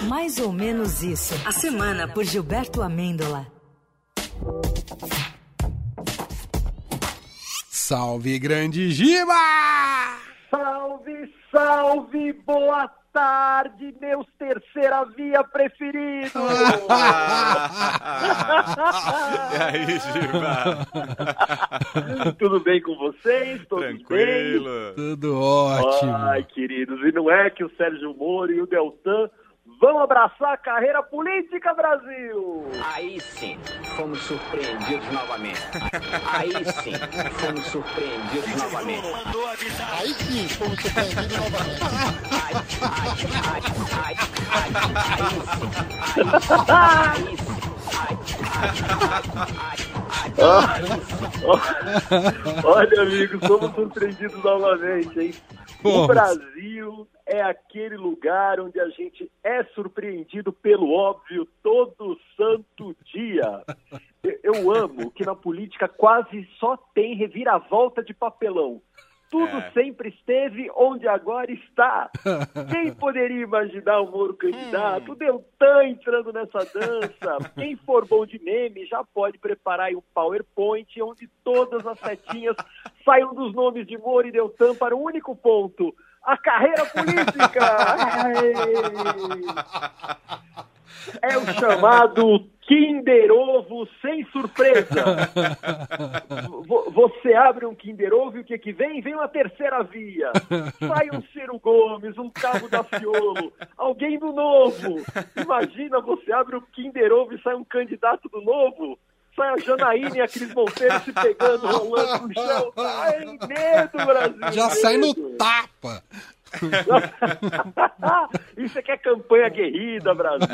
Mais ou menos isso. A semana por Gilberto Amêndola. Salve, grande Giba! Salve, salve, boa tarde, meus terceira via preferidos! E aí, Giba? Tudo bem com vocês? Todos Tranquilo? Bem? Tudo ótimo. Ai, queridos, e não é que o Sérgio Moro e o Deltan vão abraçar a carreira política, Brasil! Aí sim, fomos surpreendidos novamente. Aí sim, fomos surpreendidos novamente. Aí sim, fomos surpreendidos novamente. Olha, amigos, somos surpreendidos novamente, hein? O Brasil é aquele lugar onde a gente é surpreendido pelo óbvio todo santo dia. Eu amo que na política quase só tem reviravolta de papelão. Tudo sempre esteve onde agora está. Quem poderia imaginar o Moro candidato? O Deltan entrando nessa dança. Quem for bom de meme já pode preparar aí um PowerPoint onde todas as setinhas saiam dos nomes de Moro e Deltan para um único ponto: a carreira política. É o chamado Kinder Ovo sem surpresa. Você abre um Kinder Ovo e o que vem? Vem uma terceira via. Sai um Ciro Gomes, um Cabo da Fiolo, alguém do Novo. Imagina, você abre o Kinder Ovo e sai um candidato do Novo. Sai a Janaína e a Cris Monteiro se pegando, rolando no chão. Ai, medo, Brasil. Já medo. sai no tapa. Isso aqui é campanha guerrida, Brasil.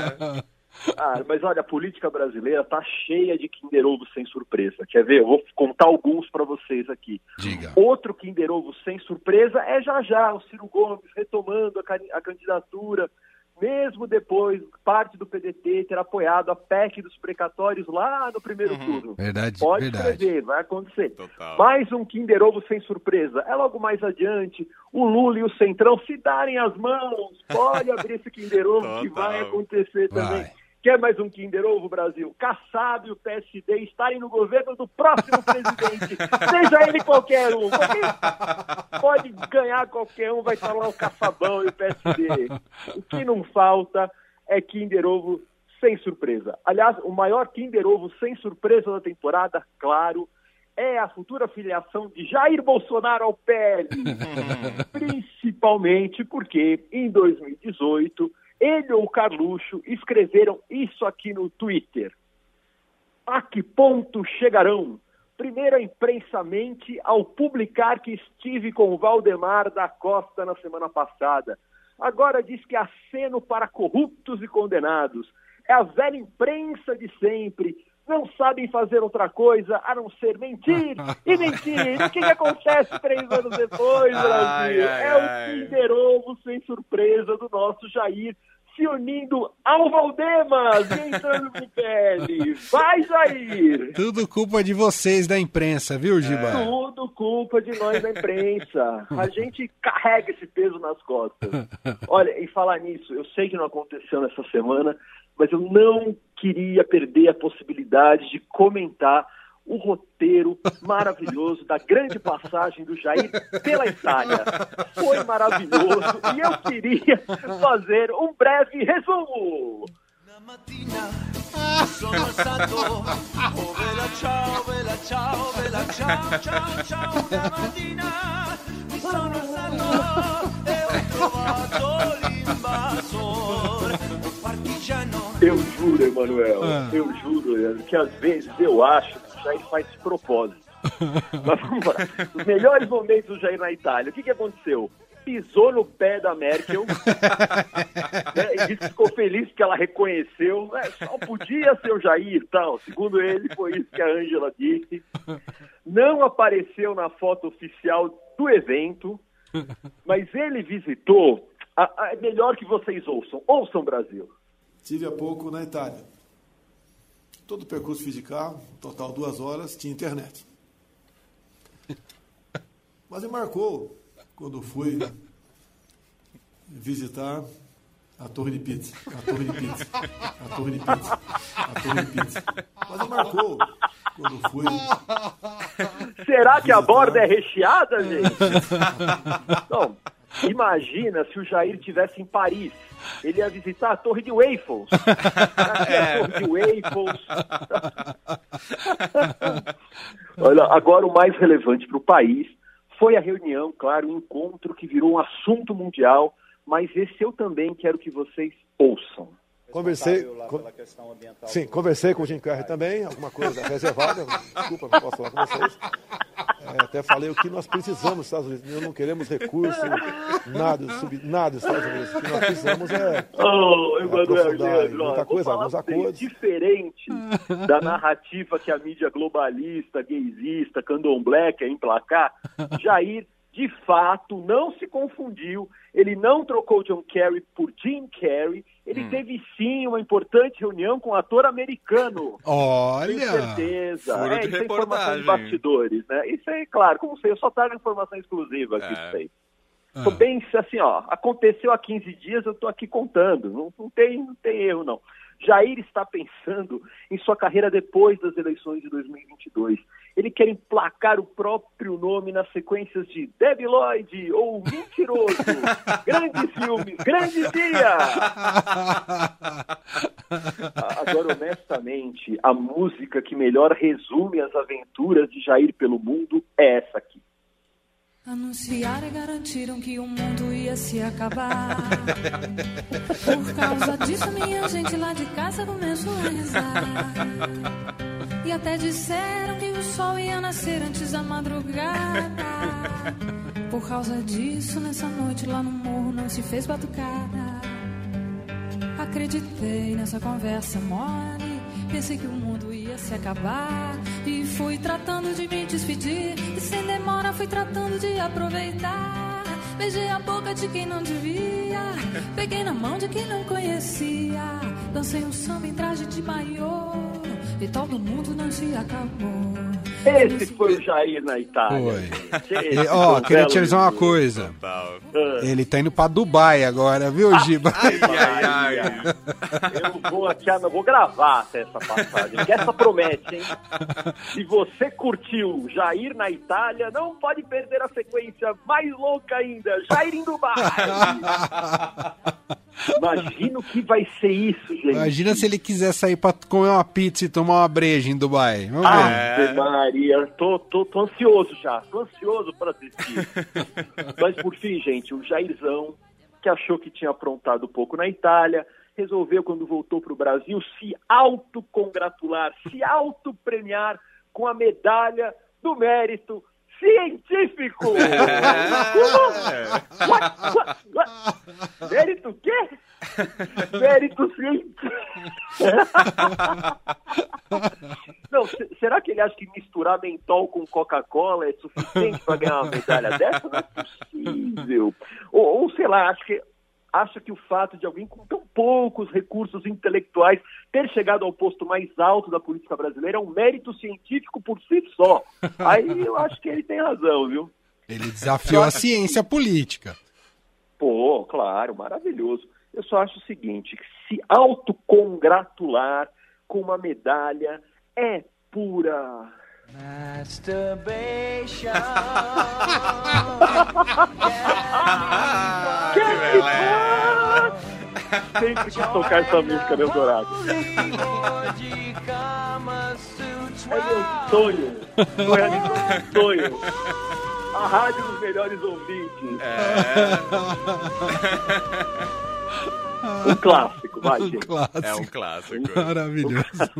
Mas olha, a política brasileira tá cheia de Kinder Ovo sem surpresa. Quer ver? Eu vou contar alguns para vocês aqui. Diga. Outro Kinder Ovo sem surpresa é já o Ciro Gomes retomando a candidatura, mesmo depois parte do PDT ter apoiado a PEC dos precatórios lá no primeiro turno. Verdade, Pode verdade. escrever, vai acontecer. Total. Mais um Kinder Ovo sem surpresa. É logo mais adiante, o Lula e o Centrão se darem as mãos. Pode abrir esse Kinder Ovo que vai acontecer também. Vai. Quer mais um Kinder Ovo, Brasil? Kassab e o PSD estarem no governo do próximo presidente. Seja ele qualquer um. Pode ganhar qualquer um, vai estar lá o Kassabão e o PSD. O que não falta é Kinder Ovo sem surpresa. Aliás, o maior Kinder Ovo sem surpresa da temporada, claro, é a futura filiação de Jair Bolsonaro ao PL. Principalmente porque, em 2018... ele ou o Carluxo escreveram isso aqui no Twitter. A que ponto chegarão? Primeiro a imprensa mente ao publicar que estive com o Valdemar da Costa na semana passada. Agora diz que aceno para corruptos e condenados. É a velha imprensa de sempre. Não sabem fazer outra coisa a não ser mentir e mentir. O que acontece 3 anos depois, Brasil? É o Kinder Ovo sem surpresa do nosso Jair se unindo ao Valdemas e entrando no PL. Vai, Jair! Tudo culpa de vocês da imprensa, viu, Giba? Tudo culpa de nós da imprensa. A gente carrega esse peso nas costas. Olha, e falar nisso, eu sei que não aconteceu nessa semana, mas eu não queria perder a possibilidade de comentar o roteiro maravilhoso da grande passagem do Jair pela Itália. Foi maravilhoso e eu queria fazer um breve resumo. Na mattina sono alzato, oh bella ciao, bella ciao, bella ciao, ciao, ciao. Una mattina mi sono alzato e ho trovato l'invasor, un partigiano. Eu juro, Emanuel, eu juro que às vezes eu acho que o Jair faz de propósito. Mas vamos lá. Os melhores momentos do Jair na Itália. O que aconteceu? Pisou no pé da Merkel, né, e disse que ficou feliz que ela reconheceu. Só podia ser o Jair, tal. Segundo ele, foi isso que a Ângela disse. Não apareceu na foto oficial do evento, mas ele visitou. É melhor que vocês ouçam. Ouçam, Brasil. Estive há pouco na Itália. Todo o percurso fiz de carro, total 2 horas, tinha internet. Mas me marcou quando fui visitar A torre de pizza. Mas não marcou quando fui. Será que a borda é recheada, gente? Não, imagina se o Jair estivesse em Paris. Ele ia visitar a Torre de Waffles. A Torre de Waffles. Olha, agora o mais relevante para o país foi a reunião, claro, um encontro que virou um assunto mundial, mas esse eu também quero que vocês ouçam. Conversei com o Jim Carrey também, alguma coisa reservada, desculpa, não posso falar com vocês. Até falei o que nós precisamos dos Estados Unidos, nós não queremos recurso, nada dos Estados Unidos, o que nós precisamos aprofundar muita coisa, alguns acordos. Diferente da narrativa que a mídia globalista, gaysista, candomblé quer emplacar, Jair, de fato, não se confundiu, ele não trocou John Kerry por Jim Carrey, ele teve sim uma importante reunião com um ator americano. Olha! Com certeza. Furo de isso é informação reportagem. de bastidores, né? Isso aí, claro, como sei, eu só trago informação exclusiva aqui disso aí. Tô bem assim, ó, aconteceu há 15 dias, eu tô aqui contando, não tem erro, não. Jair está pensando em sua carreira depois das eleições de 2022. Ele quer emplacar o próprio nome nas sequências de Debi Lloyd ou Mentiroso. Grandes filmes, grande dia! Agora, honestamente, a música que melhor resume as aventuras de Jair pelo mundo é essa aqui. Anunciaram e garantiram que o mundo ia se acabar. Por causa disso, minha gente lá de casa começou a rezar. E até disseram que o sol ia nascer antes da madrugada. Por causa disso, nessa noite lá no morro não se fez batucada. Acreditei nessa conversa mole. Pensei que o mundo ia se acabar. E fui tratando de me despedir. E sem demora fui tratando de aproveitar. Beijei a boca de quem não devia. Peguei na mão de quem não conhecia. Dancei um samba em traje de maiô. E todo mundo não se acabou. Esse foi o Jair na Itália. Ó, queria te avisar uma coisa. Ele tá indo pra Dubai agora, viu, Giba? Ai. Eu vou aqui, vou gravar até essa passagem, porque essa promete, hein? Se você curtiu Jair na Itália, não pode perder a sequência mais louca ainda, Jair em Dubai. Imagina o que vai ser isso, gente. Imagina se ele quiser sair pra comer uma pizza e tomar uma breja em Dubai. Vamos ver. Maria, tô ansioso já, tô ansioso pra assistir. Mas por fim, gente, o Jairzão, que achou que tinha aprontado pouco na Itália, resolveu, quando voltou pro Brasil, se autocongratular, se autopremiar com a medalha do mérito científico! Mérito o quê? Mérito científico! Não, será que ele acha que misturar mentol com Coca-Cola é suficiente para ganhar uma medalha dessa? Não é possível. Ou sei lá, acha que o fato de alguém com tão poucos recursos intelectuais ter chegado ao posto mais alto da política brasileira é um mérito científico por si só. Aí eu acho que ele tem razão, viu? Ele desafiou a ciência política. Pô, claro, maravilhoso. Eu só acho o seguinte, que se autocongratular com uma medalha é pura... Masturbation. Sempre quis tocar essa música, meu dourado. É meu sonho. Tô realizando um sonho. A rádio dos melhores ouvintes. Um clássico, vai, gente. É um clássico. Maravilhoso.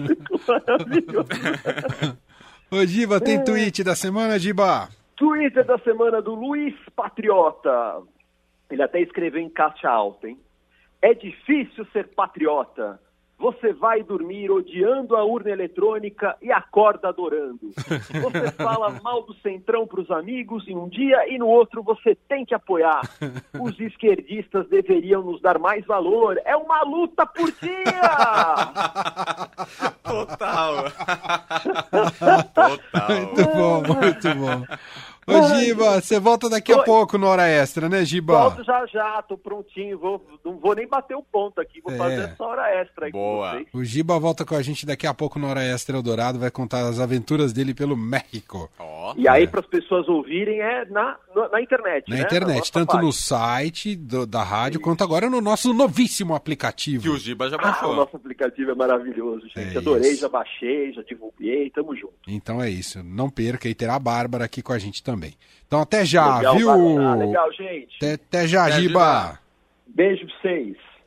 Ô, Giba, tem tweet da semana, Giba? Twitter da semana do Luiz Patriota. Ele até escreveu em caixa alta, hein? É difícil ser patriota. Você vai dormir odiando a urna eletrônica e acorda adorando. Você fala mal do Centrão para os amigos em um dia e no outro você tem que apoiar. Os esquerdistas deveriam nos dar mais valor. É uma luta por dia! Total. Muito bom, muito bom. Ô, Giba, você volta daqui a pouco na hora extra, né, Giba? Volto já, tô prontinho. Não vou nem bater o ponto aqui, vou fazer essa hora extra aí com vocês. O Giba volta com a gente daqui a pouco na hora extra Eldorado, vai contar as aventuras dele pelo México. E aí, para as pessoas ouvirem, na internet, Na né? internet, tanto no site da rádio, quanto agora no nosso novíssimo aplicativo. Que o Giba já baixou. O nosso aplicativo é maravilhoso, gente. Adorei, já baixei, já divulguei, tamo junto. Então é isso, não perca, e terá a Bárbara aqui com a gente também. Então até já, Legal, viu? Legal, gente. Até já, Giba. Beijo pra vocês.